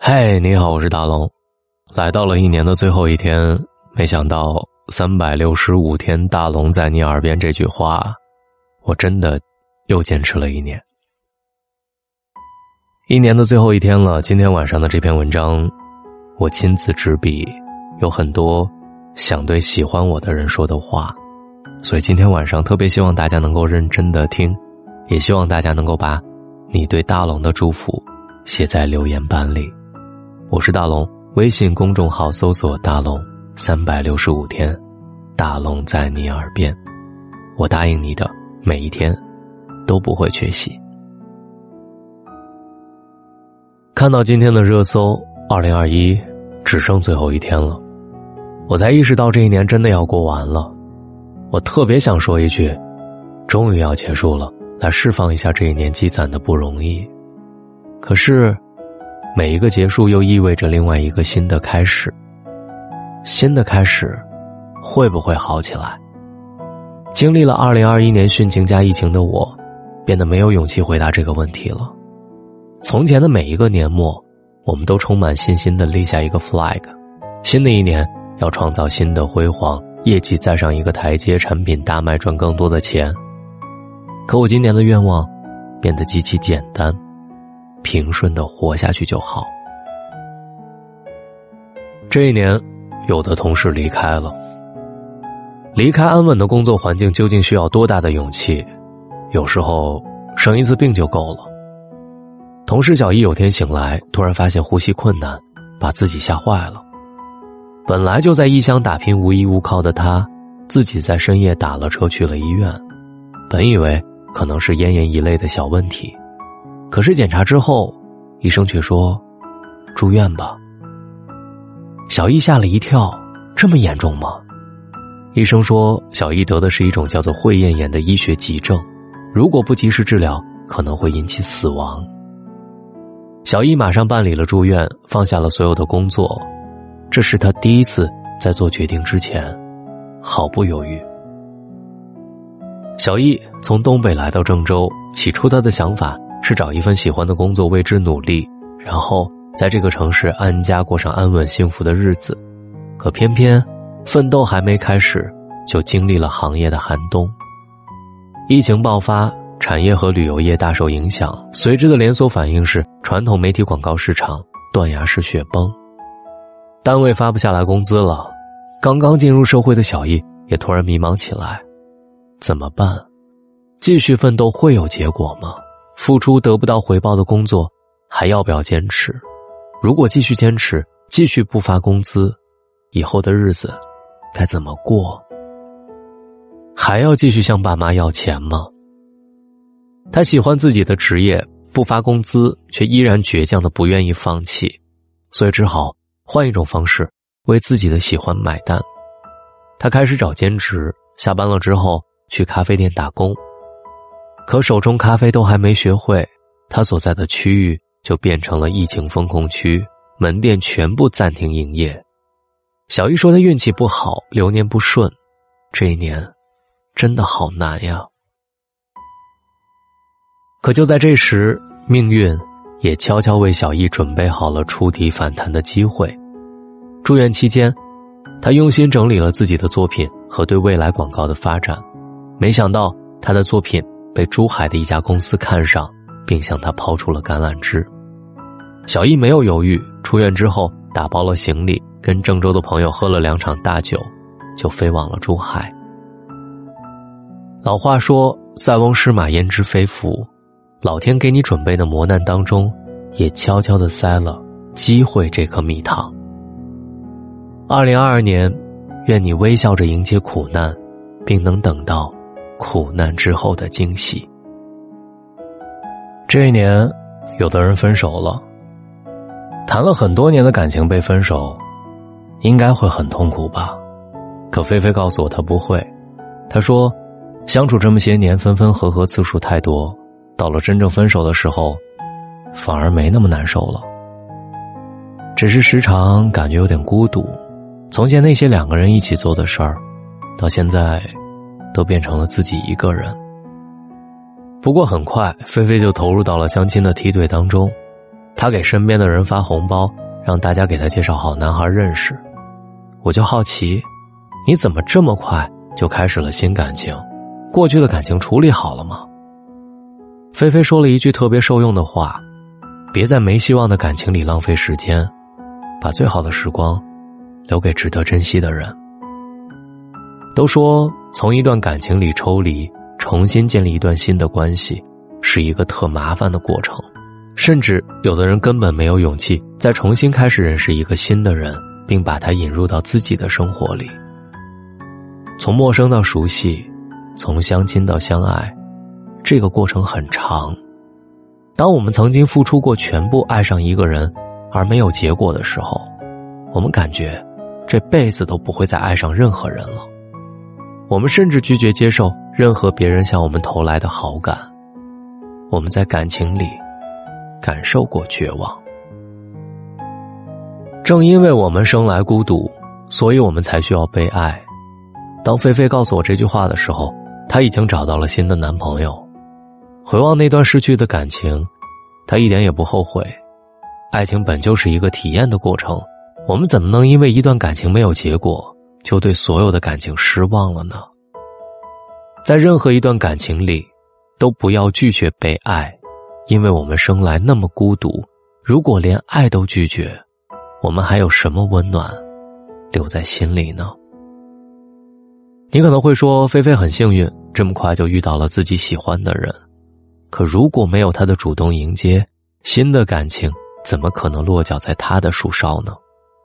嘿，你好，我是大龙。来到了一年的最后一天，没想到365天大龙在你耳边这句话，我真的又坚持了一年。一年的最后一天了，今天晚上的这篇文章，我亲自执笔，有很多想对喜欢我的人说的话，所以今天晚上特别希望大家能够认真的听，也希望大家能够把你对大龙的祝福写在留言板里。我是大龙，微信公众号搜索大龙365天，大龙在你耳边，我答应你的每一天都不会缺席。看到今天的热搜，2021只剩最后一天了，我才意识到这一年真的要过完了。我特别想说一句，终于要结束了，来释放一下这一年积攒的不容易。可是每一个结束又意味着另外一个新的开始，新的开始会不会好起来？经历了2021年汛情加疫情的我，变得没有勇气回答这个问题了。从前的每一个年末，我们都充满信心地立下一个 flag， 新的一年要创造新的辉煌，业绩再上一个台阶，产品大卖，赚更多的钱。可我今年的愿望变得极其简单，平顺地活下去就好。这一年，有的同事离开了。离开安稳的工作环境究竟需要多大的勇气？有时候生一次病就够了。同事小易有天醒来，突然发现呼吸困难，把自己吓坏了。本来就在异乡打拼无依无靠的他，自己在深夜打了车去了医院。本以为可能是奄奄一类的小问题，可是检查之后，医生却说住院吧。小易吓了一跳，这么严重吗？医生说小易得的是一种叫做会厌炎的医学急症，如果不及时治疗，可能会引起死亡。小易马上办理了住院，放下了所有的工作，这是他第一次在做决定之前毫不犹豫。小易从东北来到郑州，起初他的想法是找一份喜欢的工作为之努力，然后在这个城市安家过上安稳幸福的日子。可偏偏奋斗还没开始，就经历了行业的寒冬。疫情爆发，产业和旅游业大受影响，随之的连锁反应是传统媒体广告市场断崖式雪崩。单位发不下来工资了，刚刚进入社会的小易也突然迷茫起来。怎么办？继续奋斗会有结果吗？付出得不到回报的工作还要不要坚持？如果继续坚持，继续不发工资，以后的日子该怎么过？还要继续向爸妈要钱吗？他喜欢自己的职业，不发工资却依然倔强的不愿意放弃，所以只好换一种方式为自己的喜欢买单。他开始找兼职，下班了之后去咖啡店打工。可手冲咖啡都还没学会，他所在的区域就变成了疫情封控区，门店全部暂停营业。小易说他运气不好，流年不顺，这一年真的好难呀。可就在这时，命运也悄悄为小易准备好了触底反弹的机会。住院期间，他用心整理了自己的作品和对未来广告的发展，没想到他的作品被珠海的一家公司看上，并向他抛出了橄榄枝。小易没有犹豫，出院之后打包了行李，跟郑州的朋友喝了2场大酒，就飞往了珠海。老话说塞翁失马焉知非福，老天给你准备的磨难当中，也悄悄地塞了机会这颗蜜糖。2022年，愿你微笑着迎接苦难，并能等到苦难之后的惊喜。这一年，有的人分手了，谈了很多年的感情被分手，应该会很痛苦吧？可菲菲告诉我她不会，她说相处这么些年，分分合合次数太多，到了真正分手的时候，反而没那么难受了。只是时常感觉有点孤独，从前那些2个人一起做的事儿，到现在都变成了自己一个人。不过很快，菲菲就投入到了相亲的梯队当中。 他给身边的人发红包，让大家给他介绍好男孩认识。我就好奇，你怎么这么快就开始了新感情？过去的感情处理好了吗？菲菲说了一句特别受用的话，别在没希望的感情里浪费时间，把最好的时光留给值得珍惜的人。都说从一段感情里抽离，重新建立一段新的关系，是一个特麻烦的过程，甚至有的人根本没有勇气再重新开始认识一个新的人，并把他引入到自己的生活里。从陌生到熟悉，从相亲到相爱，这个过程很长。当我们曾经付出过全部爱上一个人而没有结果的时候，我们感觉这辈子都不会再爱上任何人了。我们甚至拒绝接受任何别人向我们投来的好感。我们在感情里感受过绝望。正因为我们生来孤独，所以我们才需要被爱。当菲菲告诉我这句话的时候，她已经找到了新的男朋友。回望那段失去的感情，她一点也不后悔。爱情本就是一个体验的过程，我们怎么能因为一段感情没有结果，就对所有的感情失望了呢？在任何一段感情里，都不要拒绝被爱，因为我们生来那么孤独，如果连爱都拒绝，我们还有什么温暖留在心里呢？你可能会说，菲菲很幸运，这么快就遇到了自己喜欢的人。可如果没有他的主动迎接，新的感情怎么可能落脚在他的树梢呢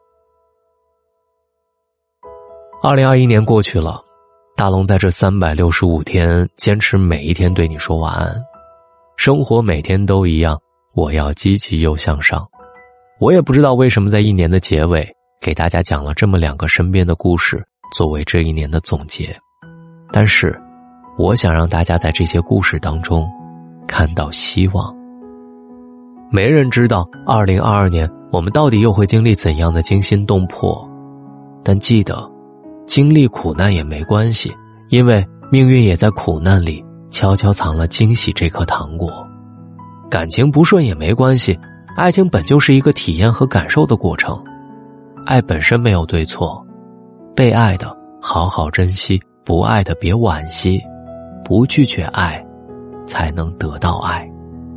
？2021年过去了，大龙在这365天坚持每一天对你说晚安。生活每天都一样，我要积极又向上。我也不知道为什么在一年的结尾给大家讲了这么2个身边的故事作为这一年的总结，但是我想让大家在这些故事当中看到希望。没人知道2022年我们到底又会经历怎样的惊心动魄，但记得经历苦难也没关系，因为命运也在苦难里悄悄藏了惊喜这颗糖果。感情不顺也没关系，爱情本就是一个体验和感受的过程。爱本身没有对错，被爱的好好珍惜，不爱的别惋惜，不拒绝爱，才能得到爱。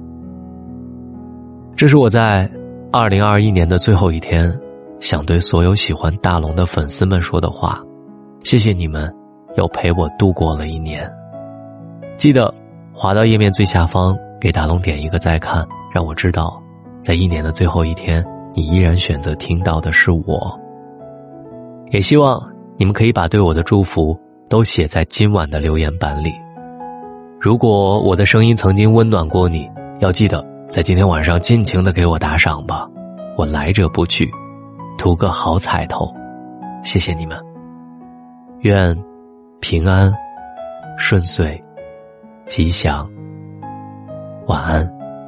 这是我在2021年的最后一天想对所有喜欢大龙的粉丝们说的话。谢谢你们又陪我度过了一年。记得滑到页面最下方给大龙点一个再看，让我知道在一年的最后一天你依然选择听到的是我。也希望你们可以把对我的祝福都写在今晚的留言板里。如果我的声音曾经温暖过你，要记得在今天晚上尽情地给我打赏吧，我来者不拒，图个好彩头。谢谢你们，愿平安顺遂吉祥，晚安。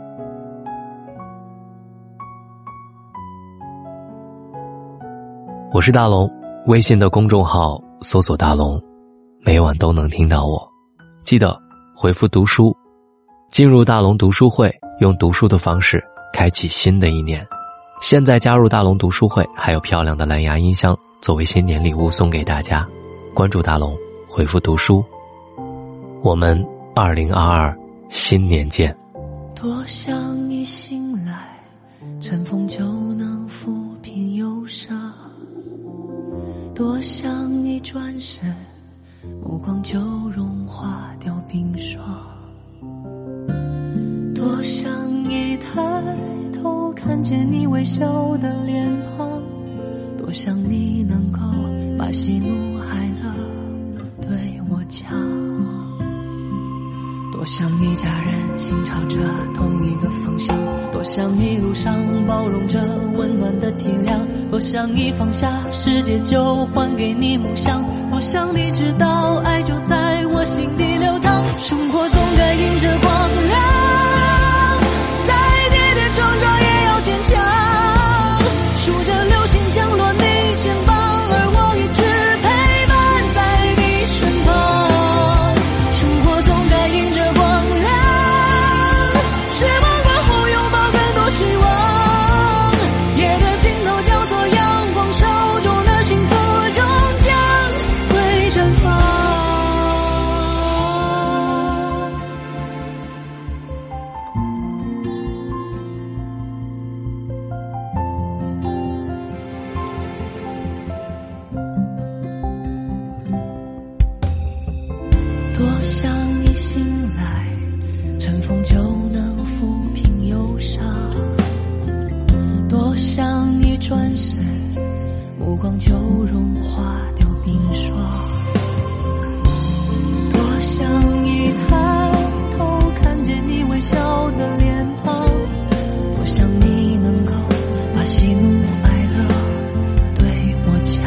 我是大龙，微信的公众号搜索大龙，每晚都能听到我。记得回复读书，进入大龙读书会，用读书的方式开启新的一年。现在加入大龙读书会，还有漂亮的蓝牙音箱作为新年礼物送给大家。关注大龙，回复读书，我们2022新年见。 多想一醒来，晨风就能抚平忧伤，多想一转身，目光就融化掉冰霜，多想一抬头看见你微笑的脸庞，多想你能够把喜怒哀乐对我讲，多想一家人心朝着同一个方向，多想一路上包容着温暖的体谅，多想一放下世界就还给你梦想，多想你知道爱就在我心底流淌，生活总该迎着光亮，再跌跌撞撞也要坚强，数着流星降落你肩膀，而我一直陪伴在你身旁，生活总该迎着光亮，失望过后拥抱更多希望。 多想一醒来，尘封就能抚平忧伤，多想一转身，目光就融化掉冰霜，多想一抬头看见你微笑的脸庞，多想你能够把喜怒哀乐对我讲，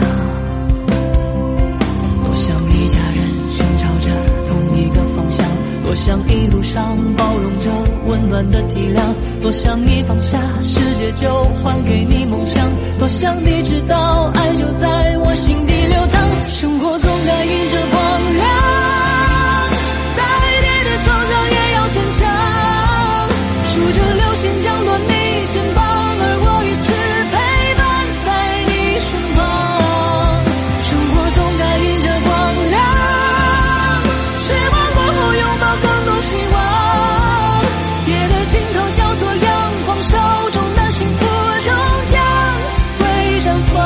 多想一家人心朝着同一个方向，多想一路上包容着温暖的体谅，多想你放下世界就还给你梦想，多想你知道爱就在我心底流淌，生活总该迎着光亮，再跌跌撞撞也要坚强，数着流星降落你肩膀，而我一直陪伴在你身旁，生活总该迎着光亮，失望过后拥抱更多希望，夜的尽头叫做阳光，手中的幸福终将会绽放。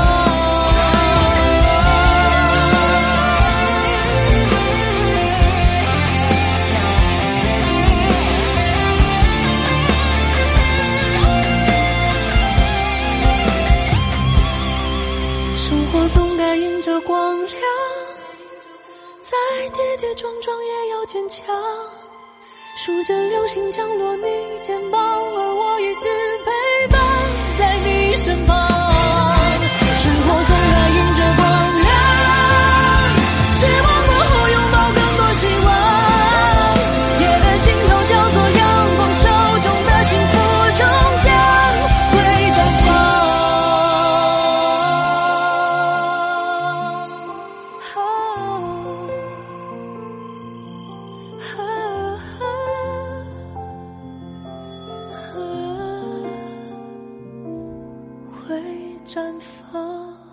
生活总该迎着光亮，再跌跌撞撞也要坚强，数着流星降落你肩膀，而我一直陪伴在你身旁，生活总该迎着光亮，失望过后拥抱更多希望，夜的尽头叫做阳光，手中的幸福终将会绽放。会绽放。